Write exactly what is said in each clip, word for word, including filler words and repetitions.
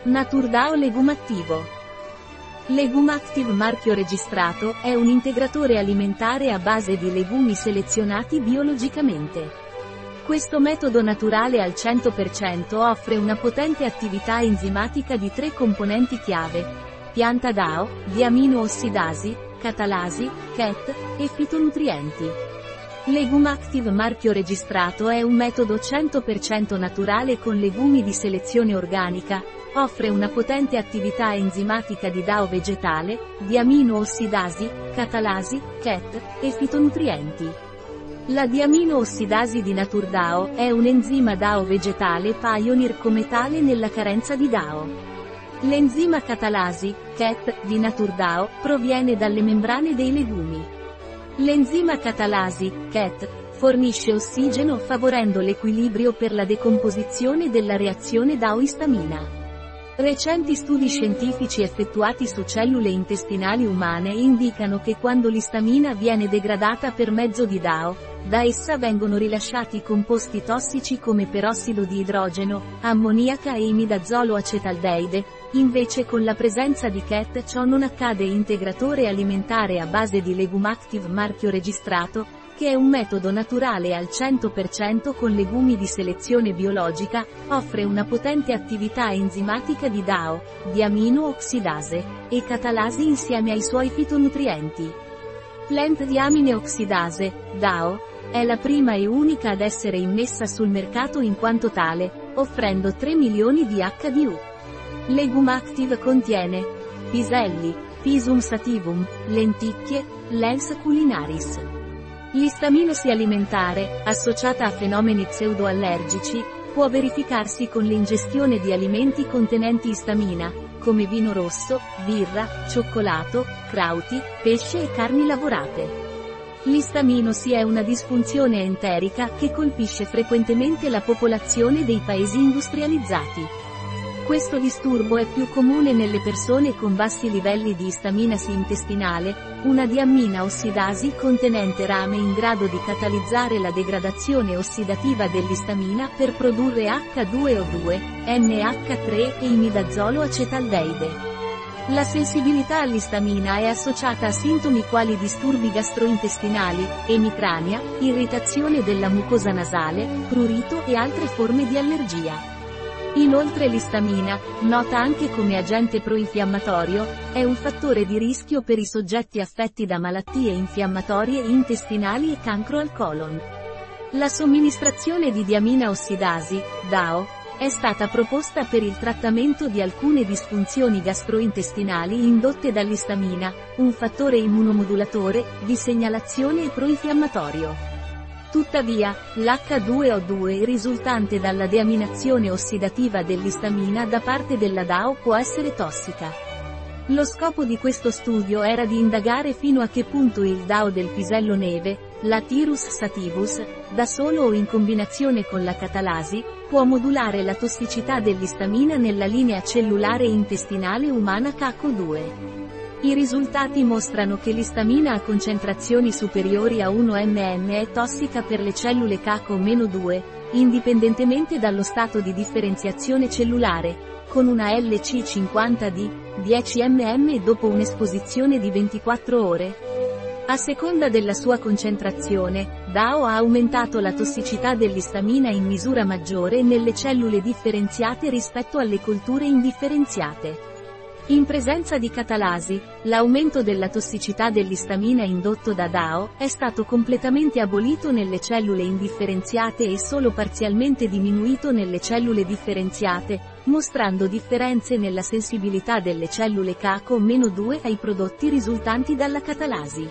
NaturDAO Legumactivo. Legumactive marchio registrato, è un integratore alimentare a base di legumi selezionati biologicamente. Questo metodo naturale al cento per cento offre una potente attività enzimatica di tre componenti chiave: pianta DAO, diamino-ossidasi, catalasi, C A T, e fitonutrienti. Legumactive marchio registrato è un metodo cento per cento naturale con legumi di selezione organica, offre una potente attività enzimatica di DAO vegetale, diamino-ossidasi, catalasi, C A T, e fitonutrienti. La diamino-ossidasi di NaturDAO è un enzima DAO vegetale pioneer come tale nella carenza di DAO. L'enzima catalasi, C A T, di NaturDAO, proviene dalle membrane dei legumi. L'enzima catalasi, C A T, fornisce ossigeno favorendo l'equilibrio per la decomposizione della reazione DAO-istamina. Recenti studi scientifici effettuati su cellule intestinali umane indicano che quando l'istamina viene degradata per mezzo di DAO, da essa vengono rilasciati composti tossici come perossido di idrogeno, ammoniaca e imidazolo acetaldeide, invece con la presenza di C A T ciò non accade. Integratore alimentare a base di Legumactive marchio registrato, che è un metodo naturale al cento per cento con legumi di selezione biologica, offre una potente attività enzimatica di DAO, diamino-oxidase, e catalasi insieme ai suoi fitonutrienti. Plant Diamine Oxidase, DAO, è la prima e unica ad essere immessa sul mercato in quanto tale, offrendo tre milioni di H D U. Legumactive contiene piselli, Pisum sativum, lenticchie, Lens culinaris. L'istaminosi alimentare, associata a fenomeni pseudoallergici, può verificarsi con l'ingestione di alimenti contenenti istamina, come vino rosso, birra, cioccolato, crauti, pesce e carni lavorate. L'istaminosi è una disfunzione enterica che colpisce frequentemente la popolazione dei paesi industrializzati. Questo disturbo è più comune nelle persone con bassi livelli di istaminasi intestinale, una diammina ossidasi contenente rame in grado di catalizzare la degradazione ossidativa dell'istamina per produrre H due O due, N H tre e imidazolo acetaldeide. La sensibilità all'istamina è associata a sintomi quali disturbi gastrointestinali, emicrania, irritazione della mucosa nasale, prurito e altre forme di allergia. Inoltre l'istamina, nota anche come agente proinfiammatorio, è un fattore di rischio per i soggetti affetti da malattie infiammatorie intestinali e cancro al colon. La somministrazione di diamina ossidasi, DAO, è stata proposta per il trattamento di alcune disfunzioni gastrointestinali indotte dall'istamina, un fattore immunomodulatore, di segnalazione e proinfiammatorio. Tuttavia, l'H due O due risultante dalla deaminazione ossidativa dell'istamina da parte della DAO può essere tossica. Lo scopo di questo studio era di indagare fino a che punto il DAO del pisello neve, Lathyrus sativus, da solo o in combinazione con la catalasi, può modulare la tossicità dell'istamina nella linea cellulare intestinale umana C A C O due. I risultati mostrano che l'istamina a concentrazioni superiori a uno millimetro è tossica per le cellule C A C O due, indipendentemente dallo stato di differenziazione cellulare, con una L C cinquanta di dieci millimetri dopo un'esposizione di ventiquattro ore. A seconda della sua concentrazione, DAO ha aumentato la tossicità dell'istamina in misura maggiore nelle cellule differenziate rispetto alle colture indifferenziate. In presenza di catalasi, l'aumento della tossicità dell'istamina indotto da DAO è stato completamente abolito nelle cellule indifferenziate e solo parzialmente diminuito nelle cellule differenziate, mostrando differenze nella sensibilità delle cellule C A C O due ai prodotti risultanti dalla catalasi.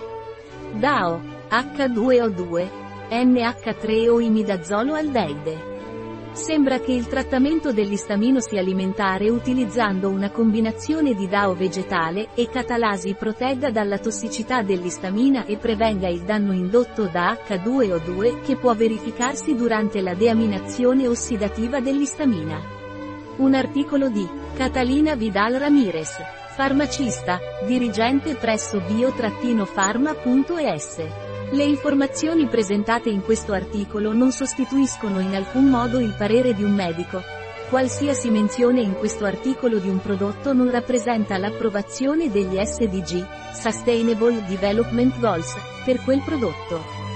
DAO, H due O due, N H tre o imidazolo aldeide. Sembra che il trattamento dell'istaminosi alimentare utilizzando una combinazione di DAO vegetale e catalasi protegga dalla tossicità dell'istamina e prevenga il danno indotto da H due O due che può verificarsi durante la deaminazione ossidativa dell'istamina. Un articolo di Catalina Vidal Ramirez, farmacista, dirigente presso bio-pharma punto es. Le informazioni presentate in questo articolo non sostituiscono in alcun modo il parere di un medico. Qualsiasi menzione in questo articolo di un prodotto non rappresenta l'approvazione degli S D G, Sustainable Development Goals, per quel prodotto.